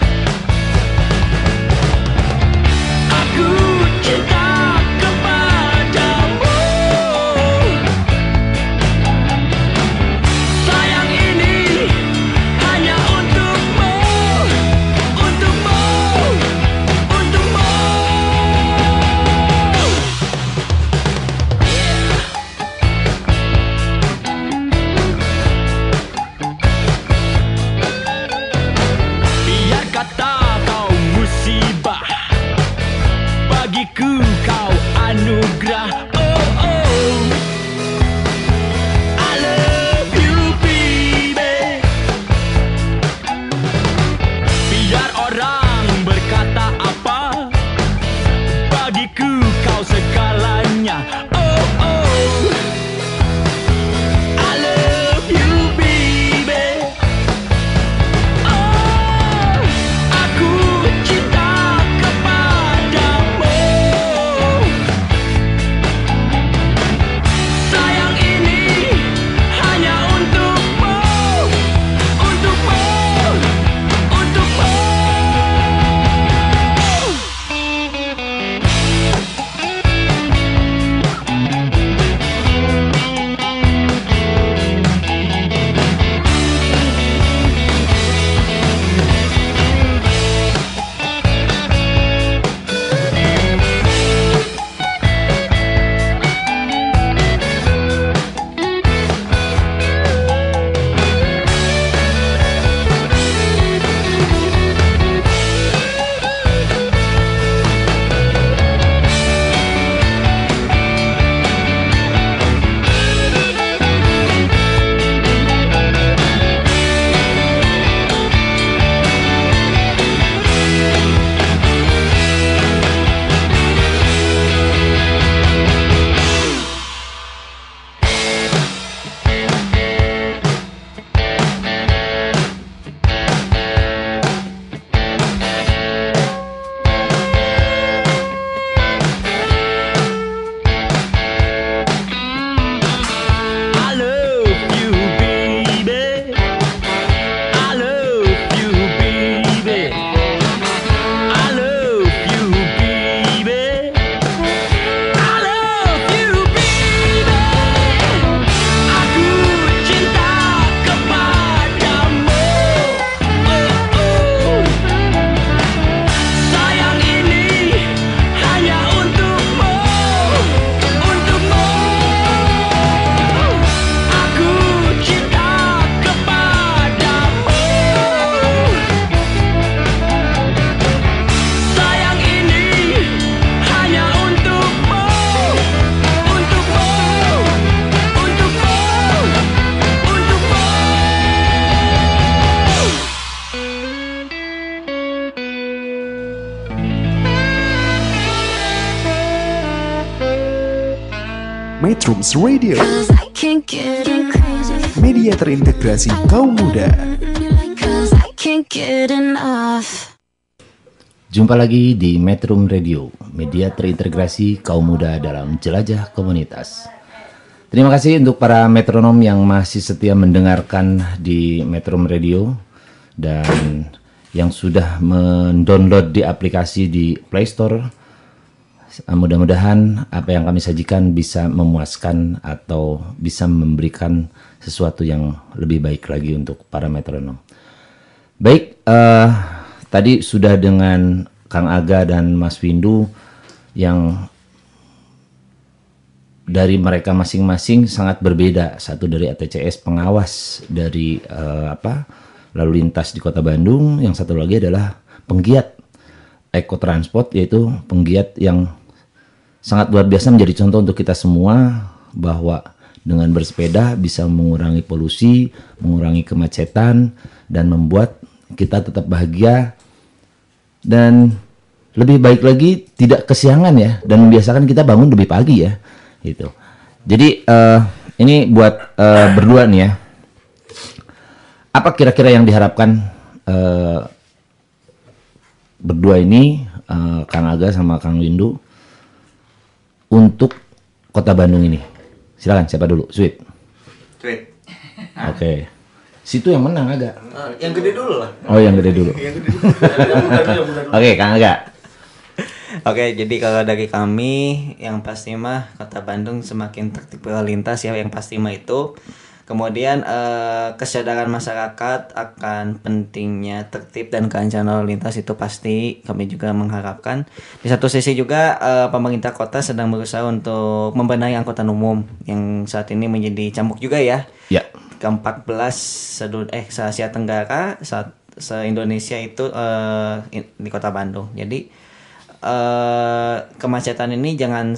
Aku cinta kepadamu. Sayang ini hanya untukmu, untukmu, untukmu. Biar kata kau musibah, bagiku kau anugerah. Oh oh, I love you baby. Biar orang berkata apa, bagiku kau segalanya. Oh oh, I love you baby. Oh, aku cinta kepadamu. Sayang ini hanya untukmu, untukmu, untukmu. I love you baby. I love you baby. I love you baby. I love you baby. Aku cinta kepadamu. Oh oh, sayang ini hanya untukmu, untukmu. Aku cinta kepadamu. Sayang ini hanya untukmu, untukmu, untukmu, untukmu. Metrums Radio, Cause I can't get crazy. media terintegrasi kaum muda. Cause I can't get enough. Jumpa lagi di Metrum Radio, media terintegrasi kaum muda dalam jelajah komunitas. Terima kasih untuk para metronom yang masih setia mendengarkan di Metrum Radio dan yang sudah mendownload di aplikasi di Play Store. Mudah-mudahan apa yang kami sajikan bisa memuaskan atau bisa memberikan sesuatu yang lebih baik lagi untuk para metronom. Baik, tadi sudah dengan Kang Aga dan Mas Windu yang dari mereka masing-masing sangat berbeda. Satu dari ATCS pengawas dari lalu lintas di Kota Bandung, yang satu lagi adalah penggiat ekotransport, yaitu penggiat yang sangat luar biasa menjadi contoh untuk kita semua bahwa dengan bersepeda bisa mengurangi polusi, mengurangi kemacetan, dan membuat kita tetap bahagia dan lebih baik lagi tidak kesiangan ya, dan membiasakan kita bangun lebih pagi ya gitu. Jadi ini buat berdua nih ya. Apa kira-kira yang diharapkan berdua ini, Kang Aga sama Kang Windu, untuk Kota Bandung ini? Silakan, siapa dulu? Sweet. Oke. Situ yang menang agak. Yang gede dulu lah. Oh, yang gede dulu. Oke, Kang Aga. Oke, jadi kalau dari kami yang pasti mah Kota Bandung semakin tertib berlalu lintas ya, yang pasti mah itu. Kemudian kesadaran masyarakat akan pentingnya tertib dan kelancaran lalu lintas itu pasti kami juga mengharapkan. Di satu sisi juga pemerintah kota sedang berusaha untuk membenahi angkutan umum yang saat ini menjadi cambuk juga ya. Ya. Ke-14 se-Asia Tenggara, se-Indonesia itu di Kota Bandung. Jadi kemacetan ini jangan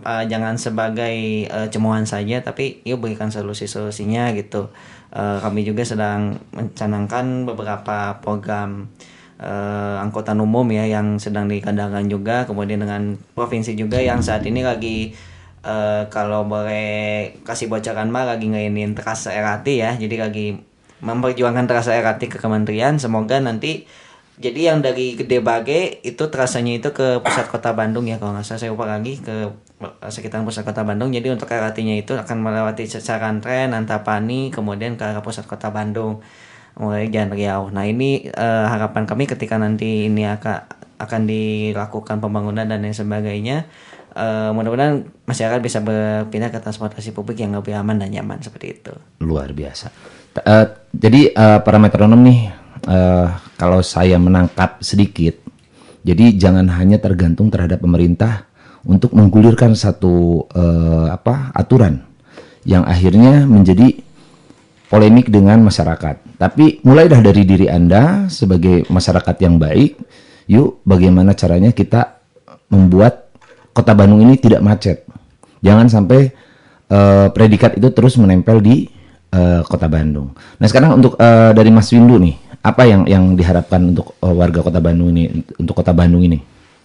sebagai cemohan saja, tapi yuk berikan solusi-solusinya gitu. Kami juga sedang mencanangkan beberapa program angkutan umum ya yang sedang dikadangkan juga, kemudian dengan provinsi juga yang saat ini lagi kalau boleh kasih bocoran mah lagi ngainin terasa LRT ya, jadi lagi memperjuangkan terasa LRT ke kementerian. Semoga nanti jadi yang dari Gede Bage itu terasanya itu ke pusat kota Bandung ya, kalau nggak salah saya lupa lagi, ke sekitar pusat kota Bandung. Jadi untuk LRT-nya itu akan melewati Cicalengka, Antapani, kemudian ke arah pusat kota Bandung mulai Jalan Riau. Nah ini harapan kami ketika nanti ini akan dilakukan pembangunan dan lain sebagainya, mudah-mudahan masyarakat bisa berpindah ke transportasi publik yang lebih aman dan nyaman seperti itu. Luar biasa. Jadi para metronom nih, kalau saya menangkap sedikit, jadi jangan hanya tergantung terhadap pemerintah untuk menggulirkan satu aturan yang akhirnya menjadi polemik dengan masyarakat. Tapi mulailah dari diri Anda sebagai masyarakat yang baik. Yuk, bagaimana caranya kita membuat Kota Bandung ini tidak macet. Jangan sampai predikat itu terus menempel di Kota Bandung. Nah sekarang untuk dari Mas Windu nih, apa yang diharapkan untuk warga Kota Bandung ini, untuk Kota Bandung ini?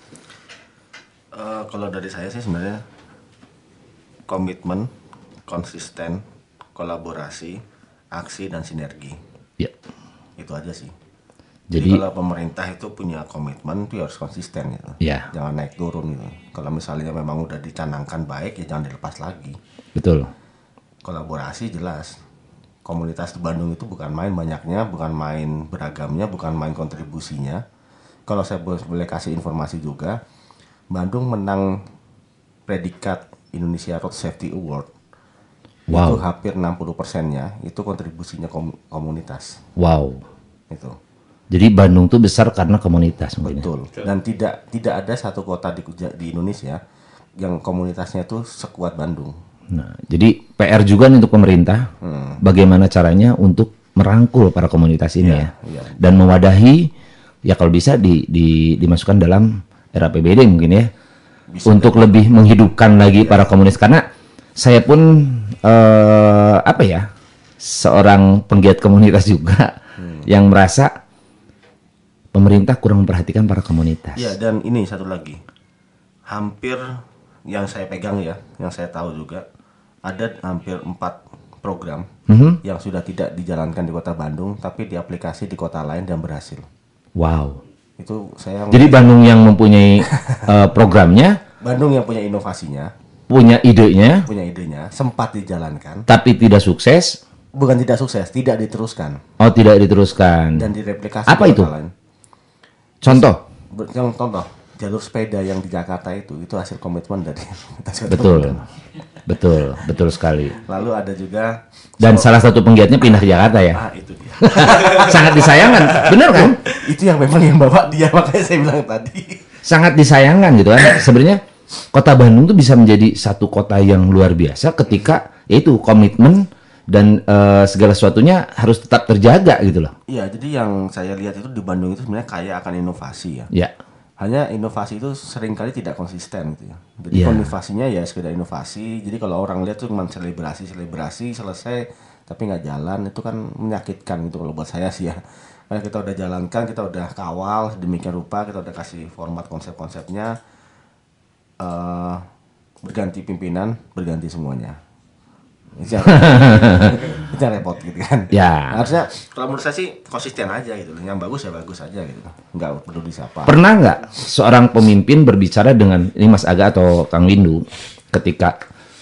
Kalau dari saya sih sebenarnya komitmen, konsisten, kolaborasi, aksi dan sinergi. Ya. Itu aja sih. Jadi kalau pemerintah itu punya komitmen itu harus konsisten gitu. Ya. Jangan naik turun gitu. Kalau misalnya memang udah dicanangkan baik ya jangan dilepas lagi. Betul. Kolaborasi jelas. Komunitas di Bandung itu bukan main banyaknya, bukan main beragamnya, bukan main kontribusinya. Kalau saya boleh kasih informasi juga, Bandung menang predikat Indonesia Road Safety Award. Wow. Itu hampir 60%-nya itu kontribusinya komunitas. Wow. Itu. Jadi Bandung tuh besar karena komunitas mungkin. Betul. Dan tidak ada satu kota di Indonesia yang komunitasnya itu sekuat Bandung. Nah, jadi PR juga nih untuk pemerintah, bagaimana caranya untuk merangkul para komunitas ini ya, dan mewadahi, ya kalau bisa dimasukkan dalam RAPBD mungkin ya, bisa untuk lebih menghidupkan lagi para komunitas. Karena saya pun seorang penggiat komunitas juga yang merasa pemerintah kurang memperhatikan para komunitas. Ya, dan ini satu lagi, hampir yang saya pegang ya, yang saya tahu juga ada hampir 4 program yang sudah tidak dijalankan di Kota Bandung tapi diaplikasi di kota lain dan berhasil. Wow. Itu saya. Jadi Bandung yang mempunyai programnya, Bandung yang punya inovasinya, punya idenya, sempat dijalankan, tapi tidak sukses. Bukan tidak sukses, tidak diteruskan. Oh, tidak diteruskan. Dan direplikasi. Apa itu? Lain. Contoh. Contoh. Jalur sepeda yang di Jakarta itu hasil komitmen dari betul sekali. Lalu ada juga dan salah satu penggiatnya pindah ke Jakarta ya. Itu dia. Sangat disayangkan, benar kan? Itu yang memang yang bawa dia, makanya saya bilang tadi. Sangat disayangkan gitu kan. Sebenarnya Kota Bandung tuh bisa menjadi satu kota yang luar biasa ketika yaitu komitmen dan segala sesuatunya harus tetap terjaga gitu loh. Iya, jadi yang saya lihat itu di Bandung itu sebenarnya kaya akan inovasi ya. Iya. Hanya inovasi itu seringkali tidak konsisten gitu ya. Jadi inovasinya ya sekedar inovasi. Jadi kalau orang lihat tuh cuma selebrasi selesai tapi nggak jalan, itu kan menyakitkan gitu kalau buat saya sih ya. Karena kita udah jalankan, kita udah kawal demikian rupa, kita udah kasih format konsep-konsepnya. berganti pimpinan, berganti semuanya. Itu yang repot gitu kan. Ya. Harusnya kalau menurut saya sih konsisten aja gitu. Yang bagus ya bagus aja gitu. Nggak perlu disapa. Pernah nggak seorang pemimpin berbicara dengan ini Mas Aga atau Kang Windu ketika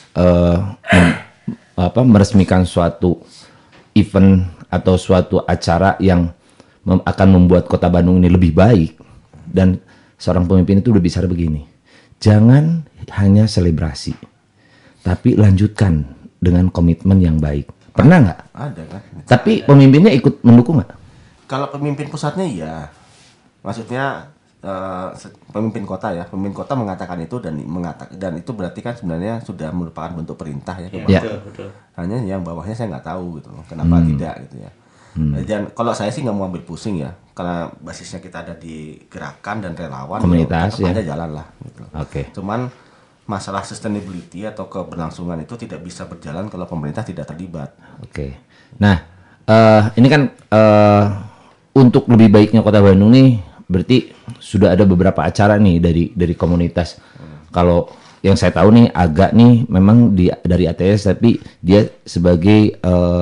meresmikan suatu event atau suatu acara yang akan membuat Kota Bandung ini lebih baik, dan seorang pemimpin itu berbicara begini, jangan hanya selebrasi, tapi lanjutkan dengan komitmen yang baik. Pernah nggak? Ada kan. Tapi pemimpinnya ikut mendukung nggak? Kalau pemimpin pusatnya iya. Maksudnya pemimpin kota ya. Pemimpin kota mengatakan itu dan itu berarti kan sebenarnya sudah merupakan bentuk perintah ya ke bawah. Betul, betul. Hanya yang bawahnya saya nggak tahu gitu. Kenapa tidak gitu ya. Dan kalau saya sih nggak mau ambil pusing ya. Karena basisnya kita ada di gerakan dan relawan. Komunitas ya. Aja jalan lah gitu. Oke. Cuman masalah sustainability atau keberlangsungan itu tidak bisa berjalan kalau pemerintah tidak terlibat. Oke. Nah, ini kan untuk lebih baiknya Kota Bandung nih, berarti sudah ada beberapa acara nih dari komunitas. Kalau yang saya tahu nih Aga nih memang dari ATS, tapi dia sebagai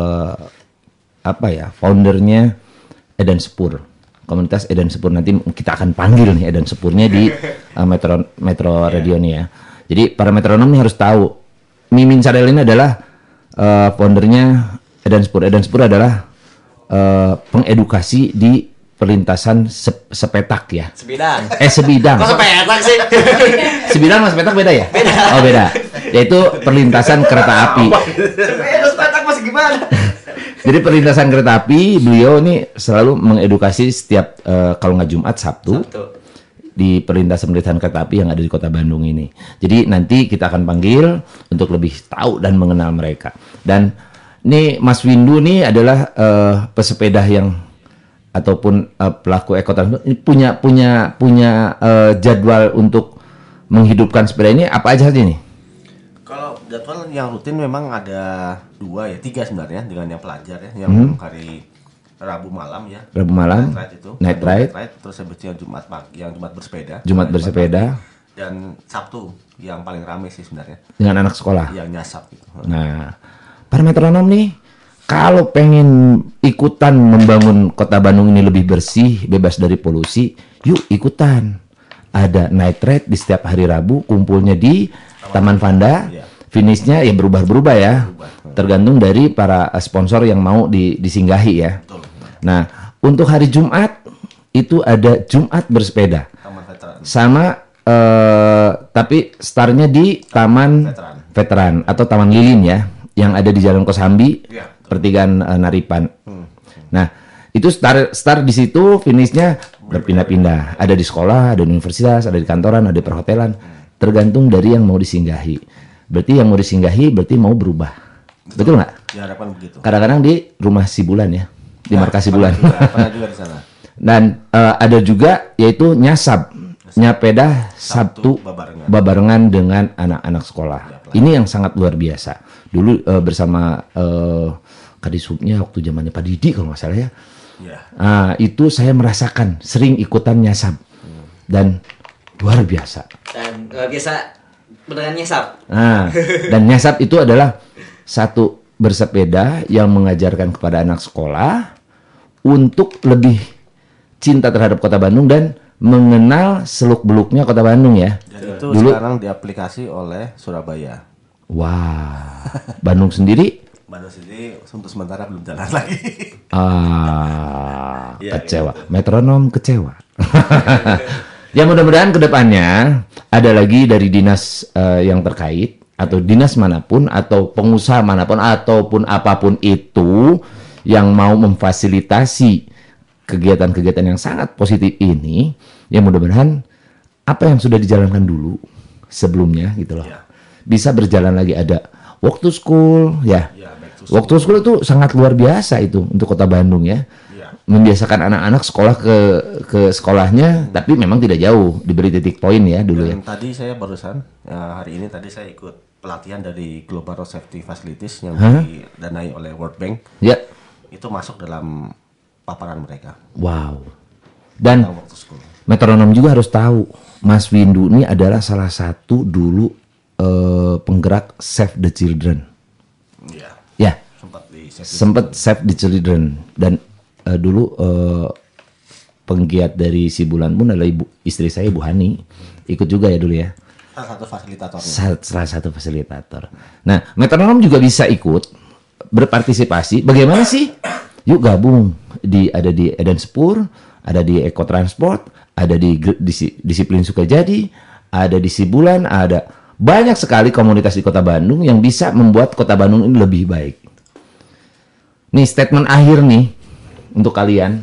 foundernya Edan Sepur. Komunitas Edan Sepur, nanti kita akan panggil nih Edan Sepurnya di Metro Radio nih ya. Jadi para metronom ini harus tahu, Mimin Sarel ini adalah foundernya Edan Sepur. Edan Sepur adalah pengedukasi di perlintasan sepetak ya. Sebidang. Sebidang. Kok sepetak sih? Sebidang sama sepetak beda ya? Beda. Oh beda. Yaitu perlintasan kereta api. Sepetak masih gimana? Jadi perlintasan kereta api, beliau ini selalu mengedukasi setiap kalau nggak Jumat, Sabtu. Di perlintasan kereta api yang ada di Kota Bandung ini. Jadi nanti kita akan panggil untuk lebih tahu dan mengenal mereka. Dan ini Mas Windu nih adalah pesepeda yang ataupun pelaku ekoton ini punya jadwal untuk menghidupkan sepeda ini apa aja nih? Kalau jadwal yang rutin memang ada 3 sebenarnya dengan yang pelajar ya, yang hari Rabu malam ya. Rabu malam. Night ride. Terus habisnya Jumat pagi, yang Jumat bersepeda. Jumat bersepeda. Dan Sabtu yang paling ramai sih sebenarnya. Dengan anak sekolah. Yang nyasap gitu. Nah, para metronom nih, kalau pengen ikutan membangun Kota Bandung ini lebih bersih, bebas dari polusi, yuk ikutan. Ada night ride di setiap hari Rabu, kumpulnya di Taman Vanda. Iya. Finishnya ya berubah-berubah ya. Tergantung dari para sponsor yang mau disinggahi ya. Betul. Nah, untuk hari Jumat itu ada Jumat bersepeda. Taman Veteran. Sama tapi startnya di Taman Veteran atau Taman Lilin ya, yang ada di Jalan Kosambi, Ya, pertigaan Naripan. Nah, itu start di situ, finishnya berpindah-pindah. Ada di sekolah, ada di universitas, ada di kantoran, ada di perhotelan. Tergantung dari yang mau disinggahi. Berarti yang mau disinggahi berarti mau berubah. Betul nggak? Ya, harapan begitu. Kadang-kadang di rumah si bulan ya, di markas si bulan. Pernah juga di sana. Dan ada juga yaitu nyapeda Sabtu babarengan dengan anak-anak sekolah. Ini yang sangat luar biasa. Dulu bersama Kadisubnya waktu zamannya Pak Didi kalau nggak salah ya. Itu saya merasakan sering ikutan nyasab dan luar biasa. Dan luar biasa beneran nyasap. Dan nyasab itu adalah satu bersepeda yang mengajarkan kepada anak sekolah untuk lebih cinta terhadap Kota Bandung dan mengenal seluk-beluknya Kota Bandung ya. Dan itu dulu sekarang diaplikasi oleh Surabaya. Wah, Bandung sendiri? Bandung sendiri untuk sementara belum jalan lagi. Kecewa. Gitu. Metronom kecewa. Ya mudah-mudahan kedepannya ada lagi dari dinas yang terkait atau dinas manapun atau pengusaha manapun ataupun apapun itu yang mau memfasilitasi kegiatan-kegiatan yang sangat positif ini, ya mudah-mudahan apa yang sudah dijalankan dulu sebelumnya gitu loh, bisa berjalan lagi. Ada walk to school ya, walk to school itu sangat luar biasa itu untuk Kota Bandung ya, membiasakan anak-anak sekolah ke sekolahnya, tapi memang tidak jauh, diberi titik poin ya dulu. Dan ya. tadi saya barusan hari ini saya ikut pelatihan dari Global Road Safety Facilities yang didanai oleh World Bank. Ya. Itu masuk dalam paparan mereka. Wow. Dan metronom juga harus tahu, Mas Windu ini adalah salah satu dulu penggerak Save the Children. Iya. Ya, Sempat Save the Children. Dan dulu penggiat dari si Bulan pun adalah istri saya, Ibu Hani. Ikut juga ya dulu ya. salah satu fasilitatornya. Salah satu fasilitator. Nah, metronom juga bisa ikut berpartisipasi. Bagaimana sih? Yuk gabung ada di Eden Spur, ada di Eko Transport, ada di Disiplin Sukajadi, ada di Sibulan, ada banyak sekali komunitas di Kota Bandung yang bisa membuat Kota Bandung ini lebih baik. Nih statement akhir nih untuk kalian.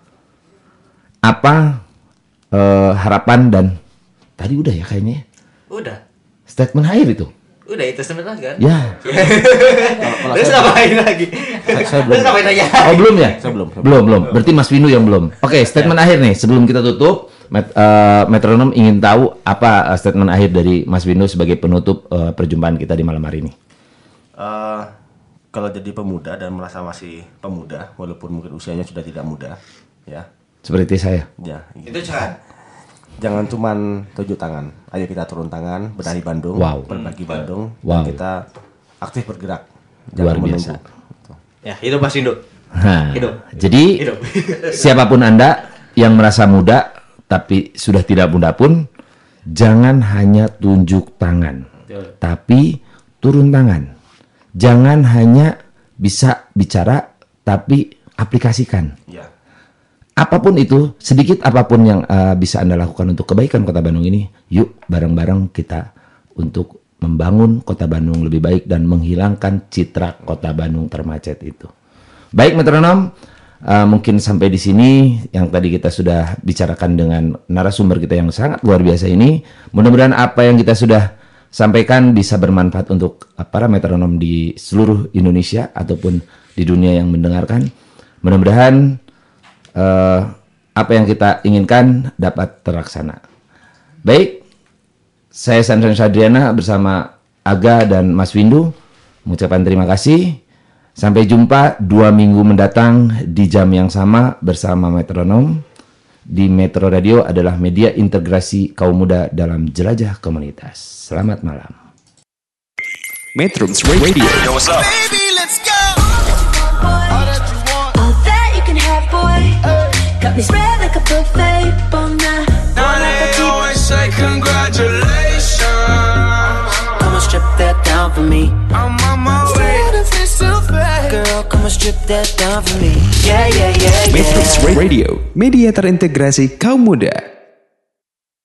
Apa harapan dan tadi udah ya kayaknya. Udah. Statement akhir itu. Udah itu sebenarnya kan? Ya. Terus ngapain lagi? Saya belum. Terus ngapain aja? Oh belum ya? Saya belum. Belum. Berarti Mas Windu yang belum. Oke, statement akhir nih sebelum kita tutup. Metronom ingin tahu apa statement akhir dari Mas Windu sebagai penutup perjumpaan kita di malam hari ini. Kalau jadi pemuda dan merasa masih pemuda, walaupun mungkin usianya sudah tidak muda, ya. Seperti saya. Ya. Itu kan. Jangan cuman tunjuk tangan. Ayo kita turun tangan, benahi Bandung, Wow. berbagi Bandung, Wow. dan kita aktif bergerak. Luar Jangan biasa. menunggu. Ya, hidup Mas Windu. Nah, Hidup. jadi Hidup. siapapun Anda yang merasa muda tapi sudah tidak muda pun, jangan hanya tunjuk tangan, tapi turun tangan. Jangan hanya bisa bicara tapi aplikasikan. Ya. Apapun itu, sedikit apapun yang bisa Anda lakukan untuk kebaikan Kota Bandung ini, yuk bareng-bareng kita untuk membangun Kota Bandung lebih baik dan menghilangkan citra Kota Bandung termacet itu. Baik metronom, mungkin sampai di sini yang tadi kita sudah bicarakan dengan narasumber kita yang sangat luar biasa ini. Mudah-mudahan apa yang kita sudah sampaikan bisa bermanfaat untuk para metronom di seluruh Indonesia ataupun di dunia yang mendengarkan. Mudah-mudahan apa yang kita inginkan dapat terlaksana. Baik, saya Sandra Sadriana bersama Aga dan Mas Windu mengucapkan terima kasih. Sampai jumpa 2 minggu mendatang di jam yang sama bersama Metronom. Di Metro Radio adalah media integrasi kaum muda dalam jelajah komunitas. Selamat malam. Metrums Radio. Yo, what's up? All that you can have, boy. Got me spread like a buffet, bon night. Now they always say congratulations. Come and strip that down for me. I'm on my way. Girl, come and strip that down for me. Yeah, yeah, yeah, yeah. Metrums Radio, media terintegrasi kaum muda.